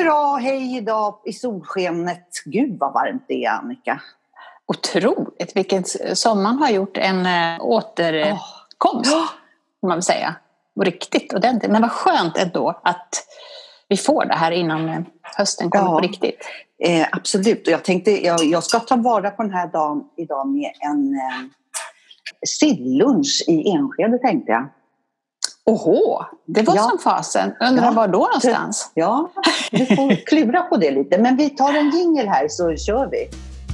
bra, hej idag i solskenet. Gud vad varmt det är, Annika. Otroligt, vilket sommaren har gjort en återkomst, kan man väl säga. Och riktigt ordentligt. Men vad skönt ändå att vi får det här innan hösten kommer på riktigt. Absolut, och jag tänkte jag ska ta vara på den här dagen idag med en sillunch i Enskede, tänkte jag. Åhå, det var som fasen. Undrar var då någonstans? Ja, vi får klura på det lite. Men vi tar en jingle här så kör vi.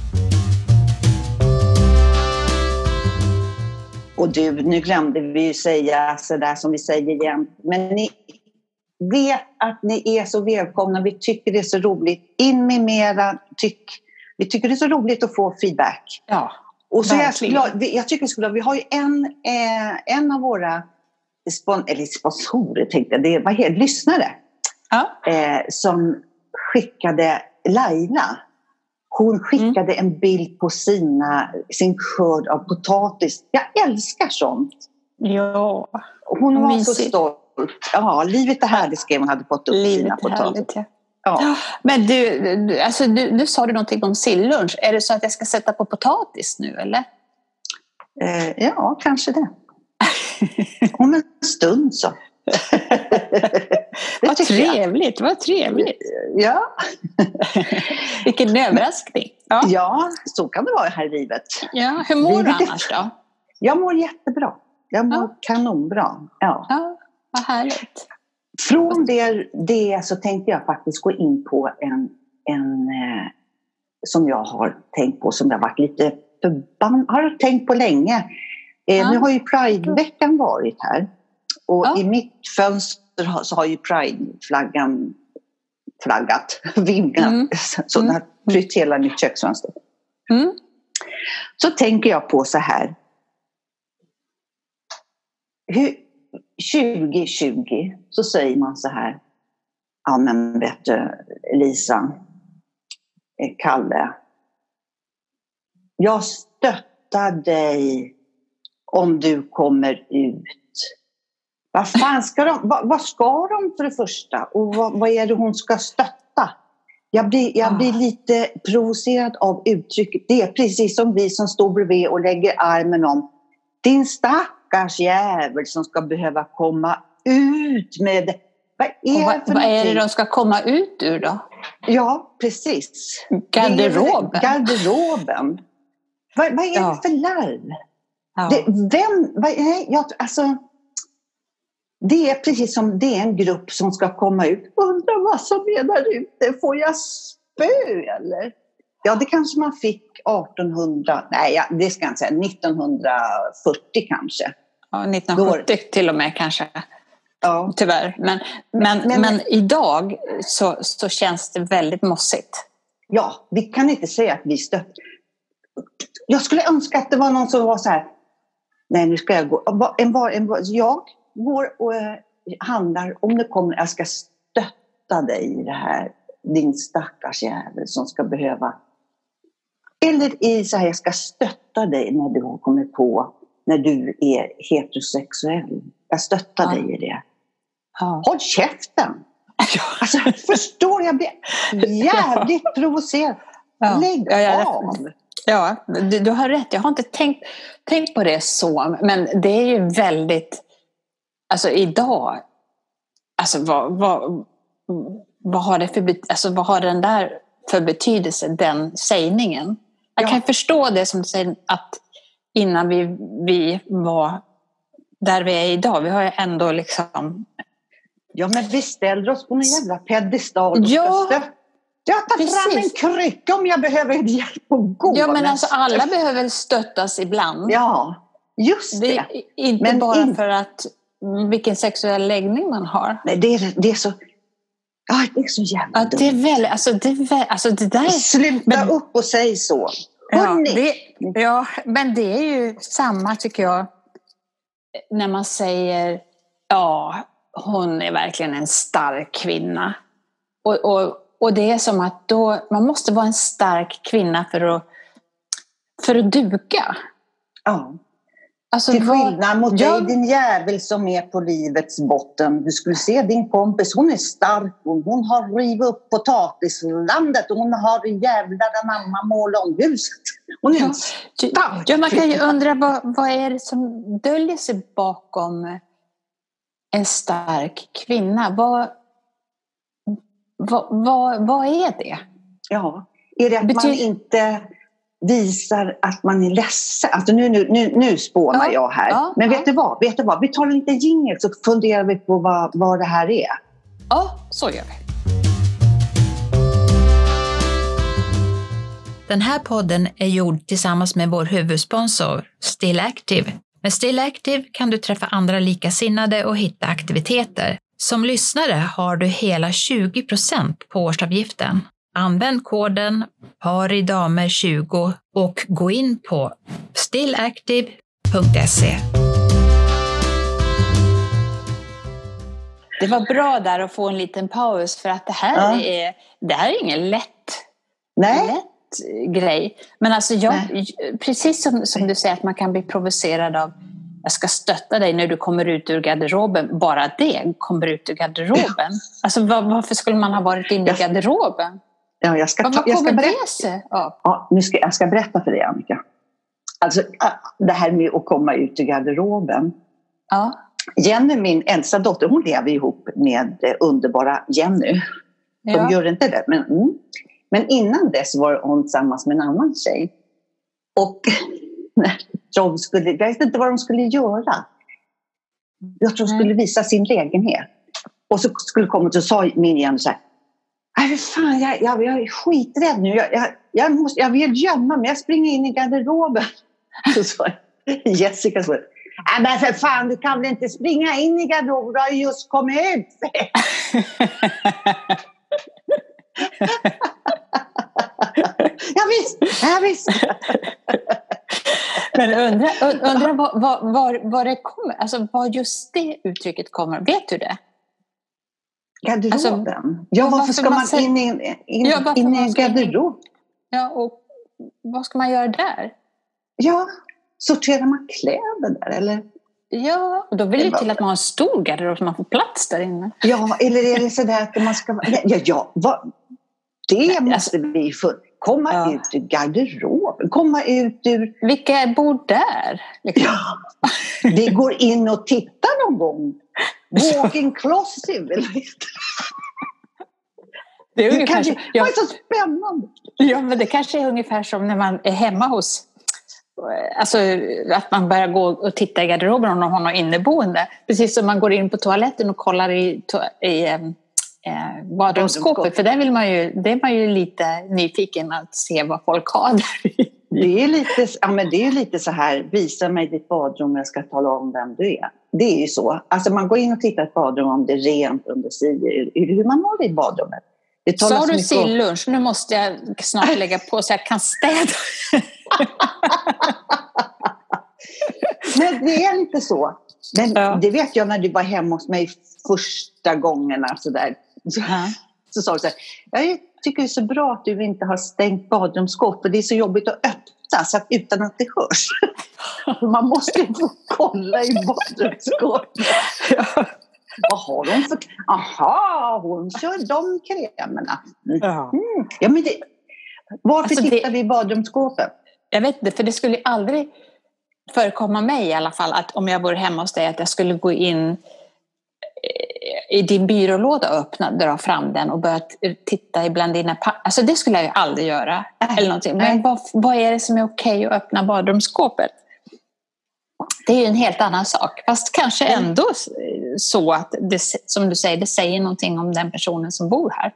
Och du, nu glömde vi ju säga sådär som vi säger igen. Men ni vet att ni är så välkomna. Vi tycker det är så roligt. In med mera vi tycker det är så roligt att få feedback. Ja, och så jag tycker vi har ju en av våra sponsorer, tänkte jag. Det var lyssnare. Som skickade Laila. Hon skickade en bild på sin skörd av potatis. Jag älskar sånt. Ja. Hon var så stolt. Ja, livet är härligt, skrev hon, hade fått upp sina potatis. Ja. Men du sa någonting om sillunch. Är det så att jag ska sätta på potatis nu, eller? Ja, kanske det. Om en stund så. Vad trevligt. Ja. Vilken överraskning. Ja, så kan det vara här i livet. Ja, hur mår du annars då? Jag mår jättebra. Jag mår kanonbra. Ja, vad härligt. Från det så tänkte jag faktiskt gå in på en som jag har tänkt på, som jag har varit lite har tänkt på länge. Nu har ju Pride-veckan varit här. Och i mitt fönster så har ju Pride-flaggan vingat. Så den har flytt hela mitt köksfönster. Så tänker jag på så här. 2020 så säger man så här. Ja, men vet du, Lisa, Kalle. Jag stöttar dig om du kommer ut. Vad fan ska vad ska de för det första? Och vad är det hon ska stötta? Jag blir lite provocerad av uttrycket. Det är precis som vi som står bredvid och lägger armen om. Din stackars jävel som ska behöva komma ut med... Vad är det de ska komma ut ur då? Ja, precis. Garderoben. Vad är det för larv? Det är precis som det är en grupp som ska komma ut. Undrar vad som är där ute. Får jag spö eller? Ja, det kanske man fick 1800. Nej, det ska jag inte säga. 1940 kanske. Ja, 1970 till och med kanske. Ja. Tyvärr. Men idag så känns det väldigt mossigt. Ja, vi kan inte säga att vi stöttar. Jag skulle önska att det var någon som var så här. Nej, nu ska jag gå. Jag går och handlar. Om det kommer, jag ska stötta dig i det här. Din stackars jävel som ska behöva. Eller i så här, jag ska stötta dig när du kommer på. När du är heterosexuell. Jag stöttar dig i det. Håll käften. Alltså, förstår jag blir jävligt provocerad. Lägg av. Ja, du har rätt. Jag har inte tänkt på det så. Men det är ju väldigt... Alltså idag... Alltså vad har det för... Alltså vad har den där för betydelse, den sägningen? Jag kan förstå det som säger att innan vi var där vi är idag. Vi har ju ändå liksom... Ja, men vi ställer oss på en jävla pedestal. Jag tar fram en krycka om jag behöver hjälp på gå. Ja, men alltså alla behöver stöttas ibland. Ja, just det. Inte men bara för att vilken sexuell läggning man har. Nej, det är så... Ja, det är så jävla dumt. Det är väl, alltså det där... Sluta upp och säg så. Men det är ju samma, tycker jag, när man säger hon är verkligen en stark kvinna. Och det är som att då, man måste vara en stark kvinna för att duka. Ja. Alltså, till skillnad mot dig, din jävel som är på livets botten. Du skulle se din kompis, hon är stark. Hon har rivit upp potatislandet. Och hon har jävla anamma mål om huset. Hon är stark. Ja, man kan ju undra vad är det som döljer sig bakom en stark kvinna? Vad är det? Ja, är det att man inte visar att man är ledsen? Alltså nu spånar jag här. Ja, men vet du vad? Vi tar en liten jingle så funderar vi på vad det här är. Ja, så gör vi. Den här podden är gjord tillsammans med vår huvudsponsor Still Active. Med Still Active kan du träffa andra likasinnade och hitta aktiviteter. Som lyssnare har du hela 20% på årsavgiften. Använd koden PARIDAMER20 och gå in på stillactive.se. Det var bra där att få en liten paus för att det här är ingen lätt grej. Men alltså precis som du säger att man kan bli provocerad av jag ska stötta dig när du kommer ut ur garderoben. Bara det kommer ut ur garderoben. Ja. Alltså varför skulle man ha varit inne i garderoben? Ja, jag ska berätta för dig, Annika. Alltså det här med att komma ut ur garderoben. Ja. Jenny, min äldsta dotter, hon lever ihop med underbara Jenny. De gör inte det, men innan dess var hon tillsammans med en annan tjej. Och jag vet inte vad de skulle göra. Jag tror de skulle visa sin lägenhet. Och så skulle komma och så sa min Jenny så här: fan, jag är skiträdd nu. Jag vill gömma mig. Jag springer in i garderoben. Så sa Jessica så: men för fan, du kan väl inte springa in i garderoben. Du har just kommit ut. Jag visst. Men undra var det kommer, alltså var just det uttrycket kommer. Vet du det? Garderoben? Alltså, varför ska man in i garderob? Ja, och vad ska man göra där? Ja, sorterar man kläder där eller? Ja, och då vill det till att man har en stor garderob så man får plats där inne. Ja, eller är det så där att man ska... Det måste vi komma ut ur garderoben. Komma ut ur... Vilka bor där? Liksom? Ja, vi går in och tittar någon gång. Walking closet. Det är ungefär så... Det är så spännande. Ja, men det kanske är ungefär som när man är hemma hos... Alltså att man börjar gå och titta i garderoben om de har något inneboende. Precis som man går in på toaletten och kollar i badrumsskåpet. För där är man ju lite nyfiken att se vad folk har där. Det är lite så här: visa mig ditt badrum, jag ska tala om vem du är. Det är ju så. Alltså man går in och tittar i ett badrum om det är rent, om det säger hur man har det i badrummet. Sa du sillunch? Nu måste jag snart lägga på så jag kan städa. Men det är inte så. Men det vet jag när du var hemma hos mig första gångerna så sa du så här: jag tycker det är så bra att du inte har stängt badrumsskåp, för det är så jobbigt att öppna så att, utan att det hörs. Man måste ju få kolla i badrumsskåpet. Vad har hon för... Aha, hon kör de krämerna. Ja, men varför tittar vi i badrumsskåpet? Jag vet inte, för det skulle aldrig förekomma mig i alla fall att om jag bor hemma hos dig att jag skulle gå in i din byrålåda och dra fram den och börja titta ibland dina alltså det skulle jag ju aldrig göra eller någonting. Men vad är det som är okej att öppna badrumsskåpet? Det är ju en helt annan sak. Fast kanske ändå så att det, som du säger, det säger någonting om den personen som bor här.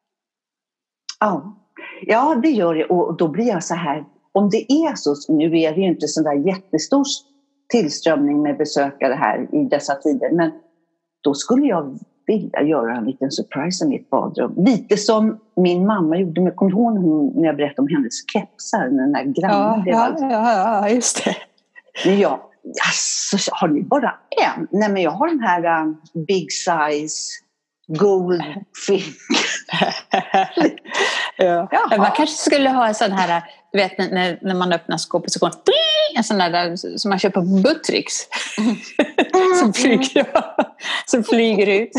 Ja, det gör det. Och då blir jag så här, om det är så, nu är det ju inte sån där jättestor tillströmning med besökare här i dessa tider, men då skulle jag vilja göra en liten surprise i mitt badrum. Lite som min mamma gjorde med, kommer du ihåg när jag berättade om hennes kepsar, den där grannen? Ja, just det. Men alltså, har ni bara en? Nej, men jag har den här big size goldfinger. Ja. Man kanske skulle ha en sån här, du vet när man öppnar skåpet så går en sån där som man köper på Buttricks. som flyger ut.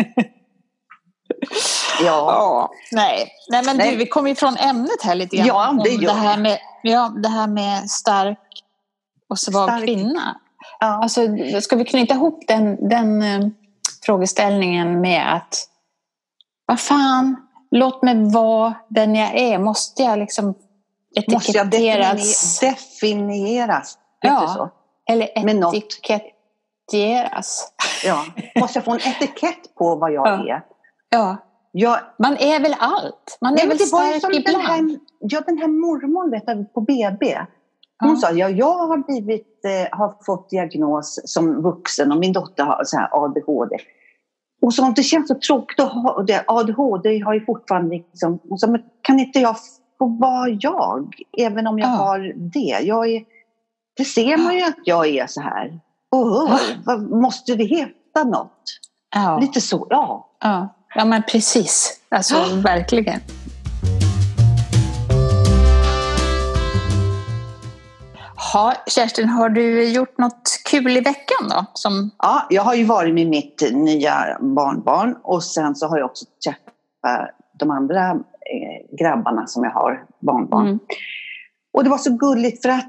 Ja. Nej, men du, vi kommer ju från ämnet här lite grann. Ja, det gör det här med stark och svag kvinna. Ja. Alltså, ska vi knyta ihop den frågeställningen med att vad fan, låt mig vara den jag är. Måste jag liksom etiketteras? Definieras? Ja, så? Eller etiketteras. Ja. Måste jag få en etikett på vad jag är? Ja. Man är väl allt. Man är väl stark ibland. Den här mormor vet, på BB. Hon sa, jag har fått diagnos som vuxen och min dotter har så här ADHD. Och så det känns så tråkigt att ha det. ADHD har ju fortfarande liksom, och så, men kan inte jag få vara jag? Även om jag har det. Det ser man ju att jag är så här. Måste vi heta något? Ja. Lite så, Ja, men precis. Alltså, verkligen. Kerstin, har du gjort något kul i veckan då? Ja, jag har ju varit med mitt nya barnbarn och sen så har jag också träffat de andra grabbarna som jag har, barnbarn. Och det var så gulligt för att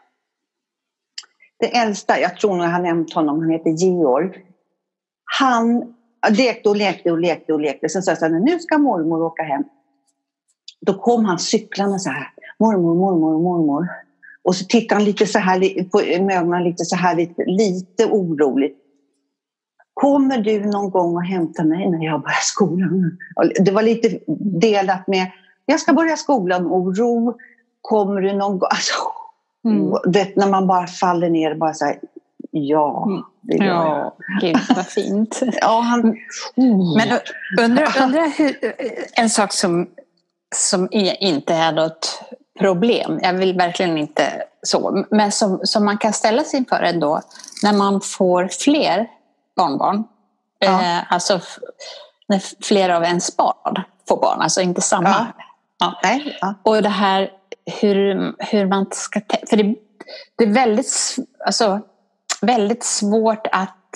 det äldsta, jag tror nog jag har nämnt honom, han heter Georg. Han lekte och lekte. Sen sa jag så här, nu ska mormor åka hem. Då kom han cyklande så här, mormor. Och så tittade han lite så här på ögonen, lite så här lite oroligt. Kommer du någon gång att hämta mig när jag börjar skolan? Det var lite delat med, jag ska börja skolan, oro. Kommer du någon gång? Alltså, det, när man bara faller ner bara så här, det gör jag. Gud vad fint. Men undrar hur, en sak som inte är något problem, jag vill verkligen inte så, men som man kan ställa sig inför ändå när man får fler barnbarn, alltså när fler av ens barn får barn, alltså inte samma. Och det här hur man ska, för det är väldigt svårt att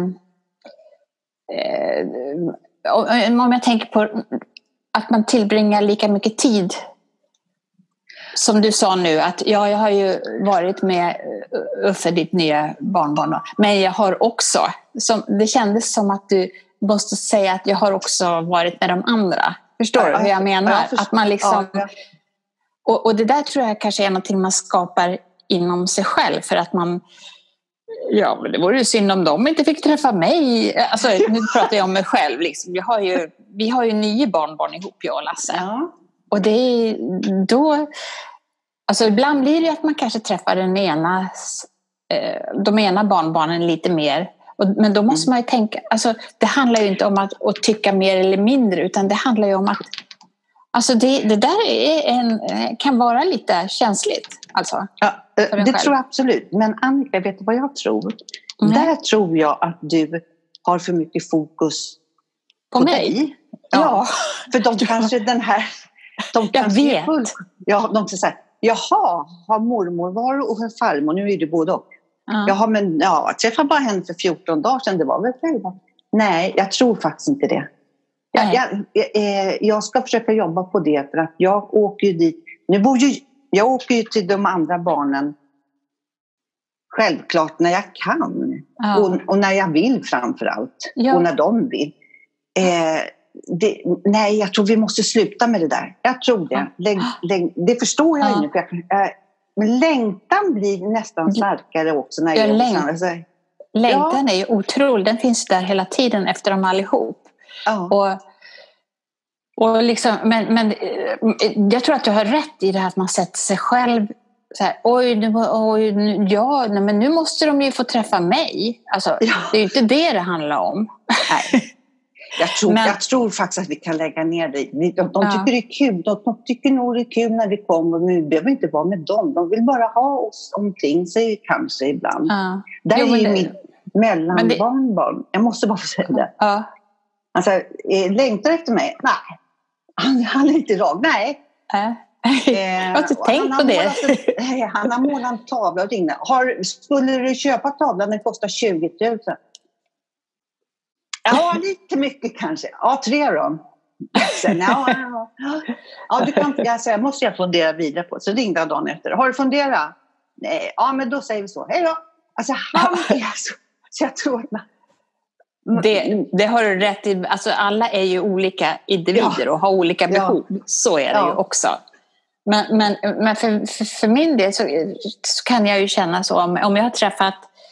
om jag tänker på att man tillbringar lika mycket tid som du sa nu, att jag har ju varit med Uffe, ditt nya barnbarn, men jag har också, det kändes som att du måste säga att jag har också varit med de andra. Förstår du hur jag menar? Att man liksom, och det där tror jag kanske är någonting man skapar inom sig själv, för att man, men det vore ju synd om de inte fick träffa mig. Alltså, nu pratar jag om mig själv. Liksom. Vi har ju 9 barnbarn ihop, jag och Lasse. Ja. Och det är då, alltså ibland blir det att man kanske träffar de ena barnbarnen lite mer. Men då måste man ju tänka, alltså det handlar ju inte om att tycka mer eller mindre, utan det handlar ju om att, alltså det där kan vara lite känsligt. Alltså, det tror jag absolut. Men Annika, vet du vad jag tror? Där tror jag att du har för mycket fokus på mig. Dig. Ja. För de kanske den här... Jag vet. De säger så här, jaha, har mormor var och farmor, nu är det både och. Jaha, men jag träffade bara henne för 14 dagar sedan, det var väl själva. Nej, jag tror faktiskt inte det. Jag ska försöka jobba på det, för att jag åker ju dit. Jag åker ju till de andra barnen självklart när jag kan. Och när jag vill framförallt. Och när de vill. Nej, jag tror vi måste sluta med det där. Jag tror det. Det förstår jag ju nu. Men längtan blir nästan starkare också när jag längtan är ju otrolig. Den finns där hela tiden efter dem allihop. Och liksom, men jag tror att du har rätt i det här att man sätter sig själv så här, men nu måste de ju få träffa mig. Alltså, det är ju inte det handlar om. Nej. Jag tror faktiskt att vi kan lägga ner det. De tycker det är kul. De tycker nog det är kul när vi kommer. Men vi behöver inte vara med dem. De vill bara ha oss omkring sig kanske ibland. Där är mitt mellanbarnbarn. Jag måste bara få säga det. Alltså, längtar efter mig? Nej. Han är inte rak, nej. Jag har inte tänkt på det. Han har målat en tavla och ringde. Skulle du köpa tavlan, den kostar 20 000. Ja, lite mycket kanske. Ja, 3 då. Sen, du kan inte säga, måste jag fundera vidare på. Så ringde jag dagen efter. Har du funderat? Nej, ja men då säger vi så. Hej då. Alltså han är så jag tror att det har du rätt i. Alltså alla är ju olika individer och har olika behov. Så är det ju också. Men för min del så kan jag ju känna så om jag har träffat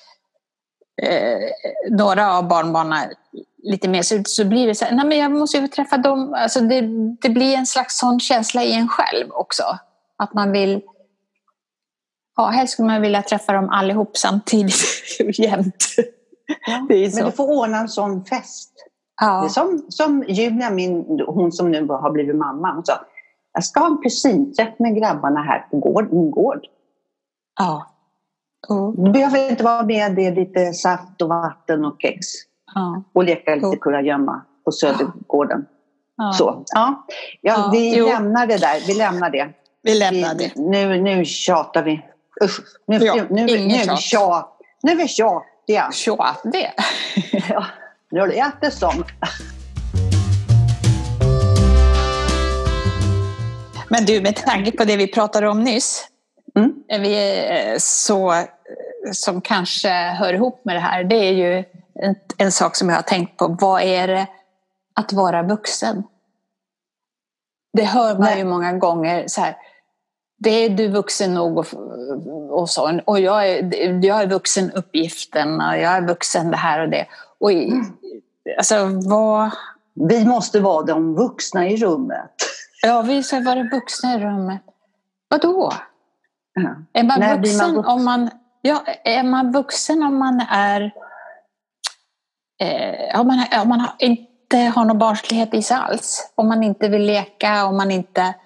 några av barnbarnen lite mer så blir det så här, nej men jag måste ju träffa dem. Alltså det blir en slags sån känsla i en själv också. Att man vill, helst skulle man vilja träffa dem allihop samtidigt jämt. Ja, men du får ordna en sån fest. Ja. Det är som Julia, hon som nu har blivit mamma. Hon sa, jag ska ha en kusinträff med grabbarna här på min gård. Ja. Du behöver inte vara med, det är lite saft och vatten och kex. Och leka lite kurragömma på Södergården. Så, vi lämnar det där. Vi lämnar det. Nu tjatar vi. Usch, nu är vi tjatiga. Tjatiga? Ja, nu lät det som. Men du, med tanke på det vi pratade om nyss, som kanske hör ihop med det här, det är ju en sak som jag har tänkt på. Vad är det att vara vuxen? Det hör man ju många gånger så här, det är du vuxen nog och så, och jag är vuxen uppgiften och jag är vuxen det här och det. Och alltså vi måste vara de vuxna i rummet. Ja, vi ska vara vuxna i rummet. Vadå? Är man vuxen om man... Ja, är man vuxen om man är... om man inte har någon barnslighet i sig alls. Om man inte vill leka, om man inte...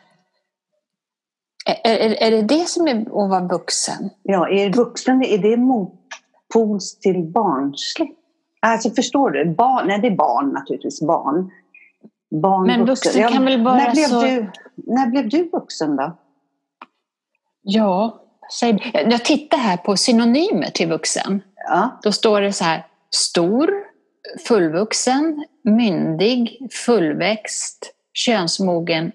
Är det som är att vara vuxen? Ja, är vuxen, är det motpols till barnslig? Alltså förstår du? Nej, det är barn naturligtvis, barn. Men vuxen kan väl bara när blev du vuxen då? Ja, jag tittar här på synonymer till vuxen. Ja. Då står det så här: stor, fullvuxen, myndig, fullväxt, könsmogen,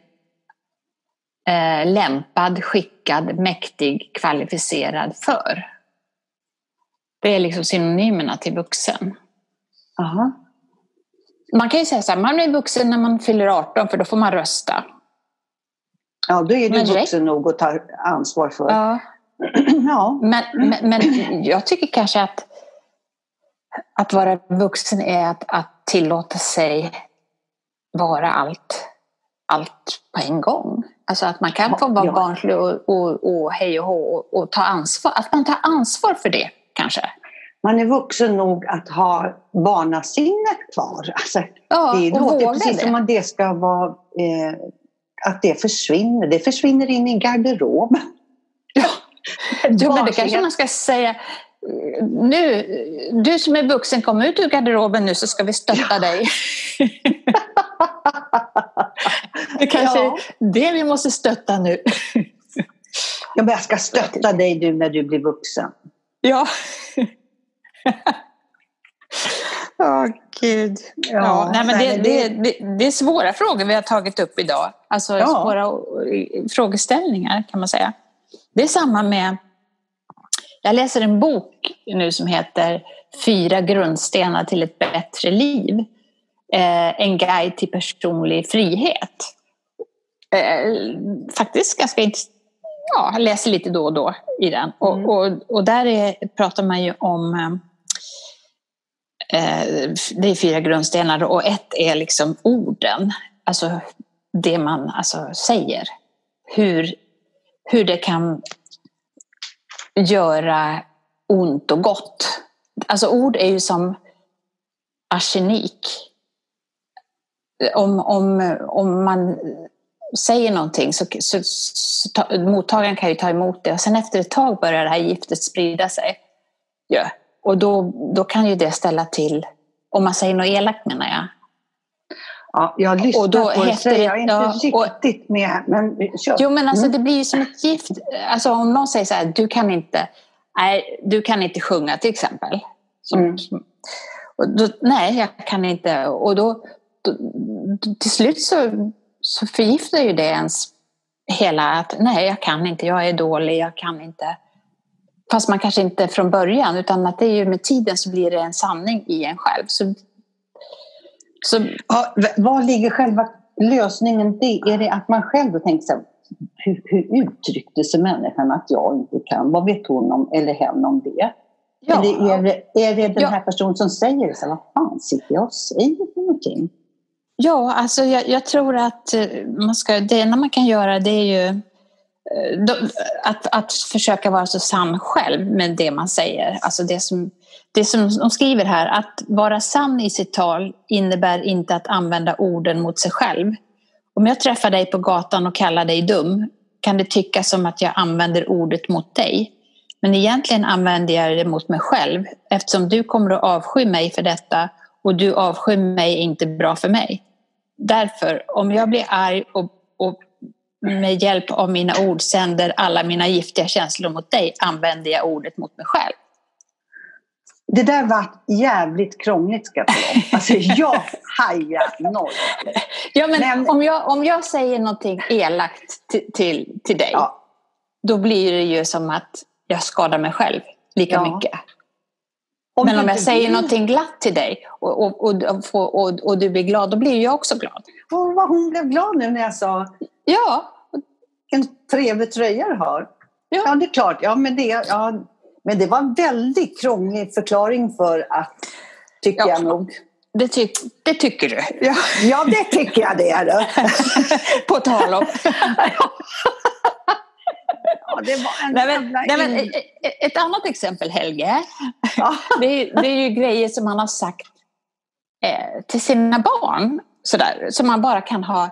lämpad, skickad, mäktig, kvalificerad för. Det är liksom synonymerna till vuxen. Aha. Man kan ju säga så här, man är vuxen när man fyller 18 för då får man rösta. Ja, då är du vuxen nog att ta ansvar för. Ja. Ja. Men jag tycker kanske att vara vuxen är att tillåta sig vara allt på en gång. Alltså att man kan få vara barnslig och hej och hå och ta ansvar. Att man tar ansvar för det kanske. Man är vuxen nog att ha barnasinnet kvar. Alltså, det låter precis som att det ska vara... att det försvinner. Det försvinner in i garderoben. Ja, men det kanske man ska säga... Nu, du som är vuxen, kom ut ur garderoben nu så ska vi stötta dig. Det kanske är det vi måste stötta nu. Ja, men jag ska stötta dig nu när du blir vuxen. Ja. Gud. Nej, men det är svåra frågor vi har tagit upp idag. Alltså svåra frågeställningar kan man säga. Det är samma med... Jag läser en bok nu som heter 4 grundstenar till ett bättre liv. En guide till personlig frihet. Faktiskt ganska intressant. Ja, jag läser lite då och då i den. Och där pratar man ju om... det är 4 grundstenar och ett är liksom orden. Alltså det man säger. Hur det kan göra ont och gott. Alltså ord är ju som arsenik. Om man säger någonting så mottagaren kan ju ta emot det och sen efter ett tag börjar det här giftet sprida sig. Ja. Och då kan ju det ställa till, om man säger något elakt menar jag. Ja, jag lyssnar och då på det, så jag är inte ja, riktigt med. Men kör. Jo, men alltså det blir ju som ett gift. Alltså om någon säger så här, du kan inte sjunga till exempel. Och då, nej, jag kan inte. Och då till slut så förgiftar ju det ens hela att nej, jag kan inte, jag är dålig, jag kan inte. Fast man kanske inte från början, utan att det är ju med tiden så blir det en sanning i en själv. Så ja, vad ligger själva lösningen? Är det att man själv tänker så här, hur uttryckte sig människan att jag inte kan? Vad vet hon om, eller hen om det? Ja. Eller är det den här personen som säger så här, vad fan sitter jag och säger för någonting? Ja, alltså jag tror att det enda man kan göra, det är ju att försöka vara så sann själv med det man säger. Alltså det som de skriver här, att vara sann i sitt tal innebär inte att använda orden mot sig själv. Om jag träffar dig på gatan och kallar dig dum, kan det tyckas som att jag använder ordet mot dig. Men egentligen använder jag det mot mig själv, eftersom du kommer att avsky mig för detta, och du avskyr mig är inte bra för mig. Därför, om jag blir arg och med hjälp av mina ord sänder alla mina giftiga känslor mot dig, använder jag ordet mot mig själv. Det där var jävligt krångligt, ska jag säga. Alltså jag hajar noll. Ja, men om jag säger någonting elakt till dig, ja, då blir det ju som att jag skadar mig själv lika mycket. Men om jag säger någonting glatt till dig och du blir glad, då blir jag också glad. Vad hon blev glad nu när jag sa, ja, en trevlig tröja du har. Ja, det är klart. Ja, men det var en väldigt krånglig förklaring för att, tycker jag nog. Det tycker du. Ja, det tycker jag det är det. På tal om. Ja, det var ett annat exempel, Helge. Ja. Det är ju grejer som man har sagt till sina barn. Sådär, som man bara kan ha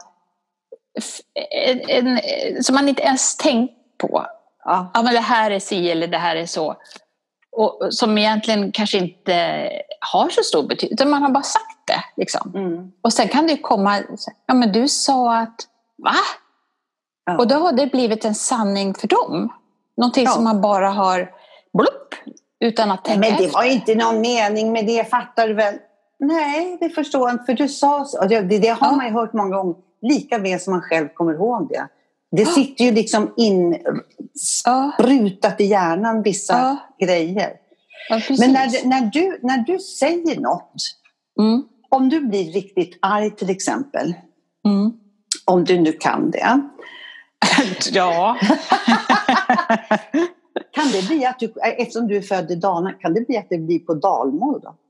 som man inte ens tänkt på. Ja, men det här är si eller det här är så. Och som egentligen kanske inte har så stor betydelse. Man har bara sagt det. Liksom. Och sen kan det komma, ja men du sa att, va? Ja. Och då har det blivit en sanning för dem. Någonting som man bara har blupp, utan att tänka. Men det var inte någon mening med det, fattar du väl? Nej, det förstår jag inte, för du sa så. Det har man ju hört många gånger, lika väl som man själv kommer ihåg det. Det sitter ju liksom insprutat i hjärnan, vissa grejer. Ja, men när du säger något, om du blir riktigt arg till exempel, om du nu kan det. Ja. Kan det bli att du, eftersom du är född i Dalarna, kan det bli att det blir på dalmål då?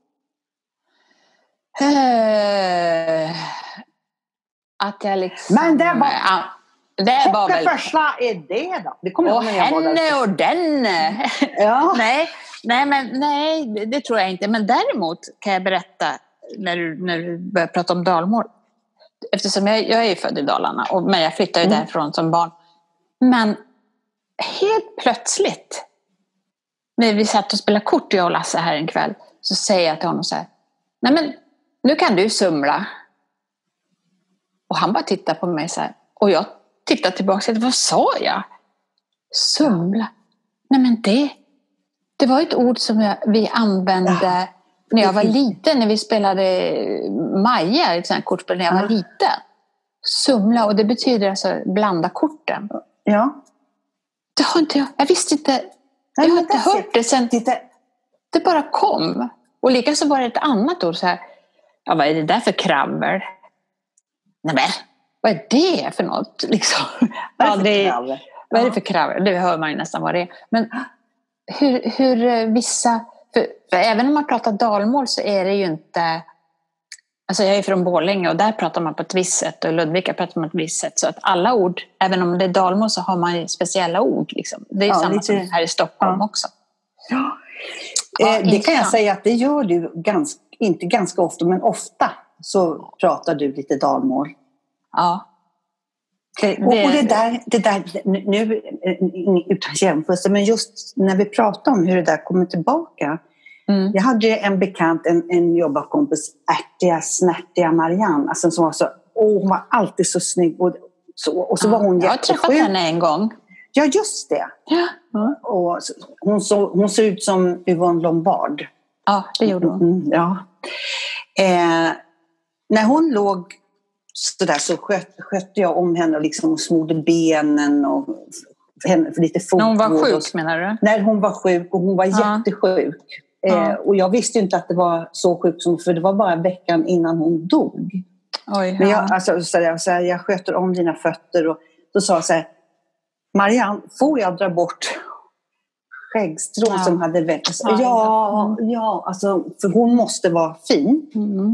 Att jag liksom... Men det var... Det var väl... första är det då? Det kommer och henne och den. Ja. Nej, det tror jag inte. Men däremot kan jag berätta när du börjar prata om dalmål. Eftersom jag är född i Dalarna, men jag flyttade därifrån som barn. Men helt plötsligt, när vi satt och spelade kort, jag och Lasse här en kväll, så säger jag till honom så här: nej men, nu kan du sumla. Och han bara tittar på mig så här. Och jag tittar tillbaka och säger, vad sa jag? Sumla? Nej men det var ett ord som vi använde när jag var liten, när vi spelade Maja, ett sånt här kortspel när jag var liten. Sumla, och det betyder alltså blanda korten. Ja. Det har inte jag visste inte. Jag har inte hört det sen. Det bara kom. Och likaså var det ett annat ord så här. Ja, vad är det där för krabbel? Nej men, vad är det för något? Liksom. Vad är det för krabbel? Det hör man ju nästan vad det är. Men hur vissa... För även om man pratar dalmål så är det ju inte... Alltså jag är från Borlänge och där pratar man på ett visst sätt, och i Ludvika pratar man på ett visst sätt. Så att alla ord, även om det är dalmål, så har man ju speciella ord. Liksom. Det är ju samma som här i Stockholm också. Ja. Det kan jag säga att det gör du inte ganska ofta, men ofta så pratar du lite dalmål. Ja. Och det där, nu utan jämförelse, men just när vi pratar om hur det där kommer tillbaka. Jag hade ju en bekant, en jobbarkompis, snärtiga Marianne. Alltså, som var så, hon var alltid så snygg. Och så var hon jag har träffat henne en gång. Ja, just det. Ja. Och hon såg ut som Yvonne Lombard. Ja, det gjorde hon. Ja. När hon låg så där så skötte jag om henne och liksom smorde benen och henne för lite fotvård. När hon var sjuk menar du? När hon var sjuk och hon var jättesjuk. Och jag visste inte att det var så sjukt som, för det var bara veckan innan hon dog. Oj, men jag sköter om dina fötter och då sa jag så här: Marianne, får jag dra bort skäggstrån som hade växt? Ja, alltså, för hon måste vara fin.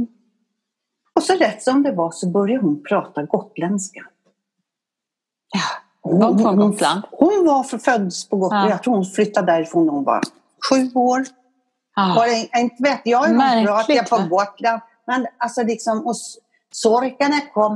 Och så rätt som det var så började hon prata gotländska. Ja, hon var från Gotland. Hon var född på Gotland. Jag tror hon flyttade därifrån när hon var 7 år. Inte vet jag hur hon pratade på Gotland. Men alltså liksom, och sorgarna kom.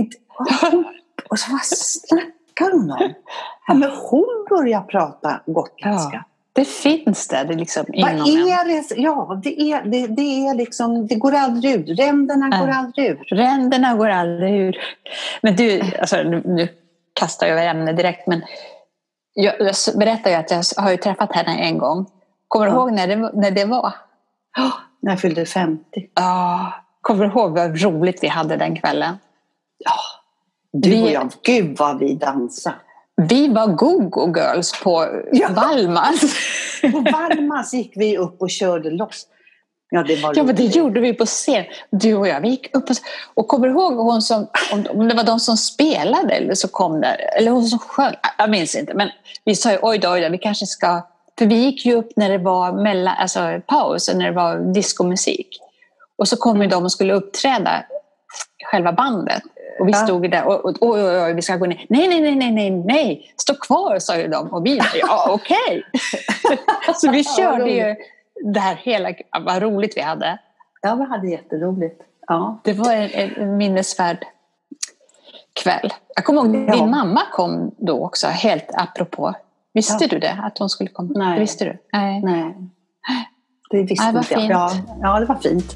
Och så vad snackar hon om? Ja, men hon började prata gotländska. Ja, det finns det liksom inom en. Ja, det är liksom, det går aldrig ur. Ränderna går aldrig ur. Ränderna går aldrig ur. Men du, alltså, nu kastar jag över ämne direkt, men jag berättar ju att jag har ju träffat henne en gång. Kommer du ihåg när det var? När jag fyllde 50. Ja, kommer du ihåg vad roligt vi hade den kvällen? Ja, du och jag, gud vad vi dansade. Vi var Go-Go Girls på Valmas. På Valmas gick vi upp och körde loss. Ja, men det gjorde vi på scen. Du och jag, vi gick upp och kommer du ihåg hon som, om det var de som spelade eller så kom där, eller hon som sjöng, jag minns inte, men vi sa ju oj då, vi kanske ska, för vi gick ju upp när det var paus, när det var diskomusik. Och så kom ju de och skulle uppträda själva bandet. Och vi stod där och vi ska gå ner. Nej, stå kvar, sa ju de. Och vi, okej. Så vi körde ju det här hela, vad roligt vi hade. Ja, vi hade jätteroligt. Ja. Det var en minnesvärd kväll. Jag kommer ihåg, din mamma kom då också, helt apropå. Visste du det, att hon skulle komma? Nej. Det visste du? Nej. Det visste inte jag. Ja, det var fint.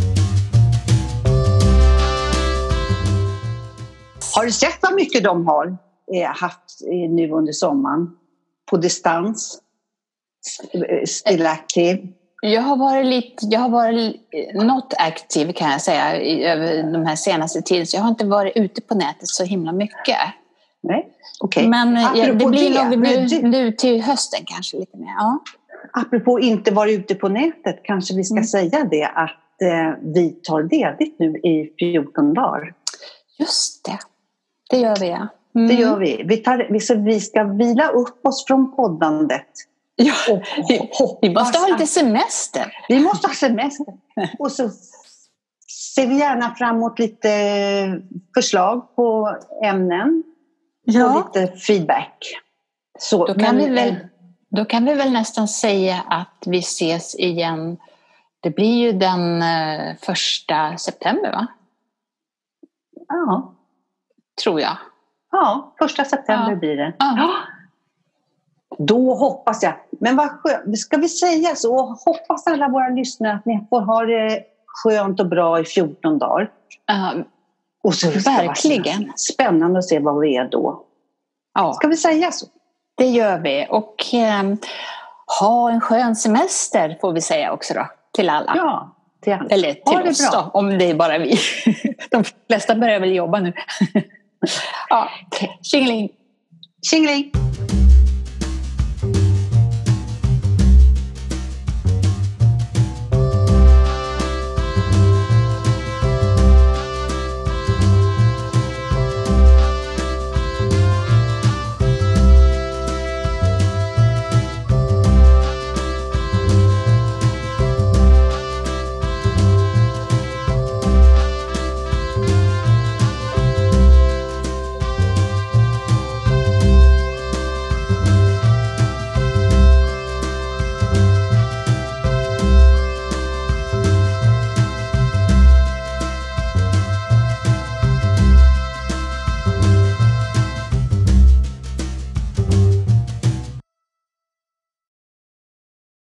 Har du sett vad mycket de har haft nu under sommaren? På distans? Still Active? Jag har varit not active kan jag säga över de här senaste tiden. Så jag har inte varit ute på nätet så himla mycket. Nej, okej. Men det blir nog nu till hösten kanske lite mer. Ja. Apropå inte vara ute på nätet kanske vi ska säga det att vi tar ledigt nu i 14 dagar. Just det. Det gör vi, ja. Det gör vi. Vi ska vila upp oss från poddandet. Ja, vi måste ha lite semester. Vi måste ha semester. Och så ser vi gärna framåt lite förslag på ämnen. Och lite feedback. Så, då kan vi väl nästan säga att vi ses igen. Det blir ju den 1 september, va? Ja. Tror jag. Ja, 1 september blir det. Ja. Då hoppas jag. Men vad skönt. Ska vi säga så? Hoppas alla våra lyssnare att ni får ha det skönt och bra i 14 dagar. Och så verkligen. Spännande att se vad vi är då. Ja. Ska vi säga så? Det gör vi. Och ha en skön semester får vi säga också då. Till alla. Ja. Eller till oss då, om det är bara vi. De flesta börjar väl jobba nu. Ja, tjingeling. Tjingeling.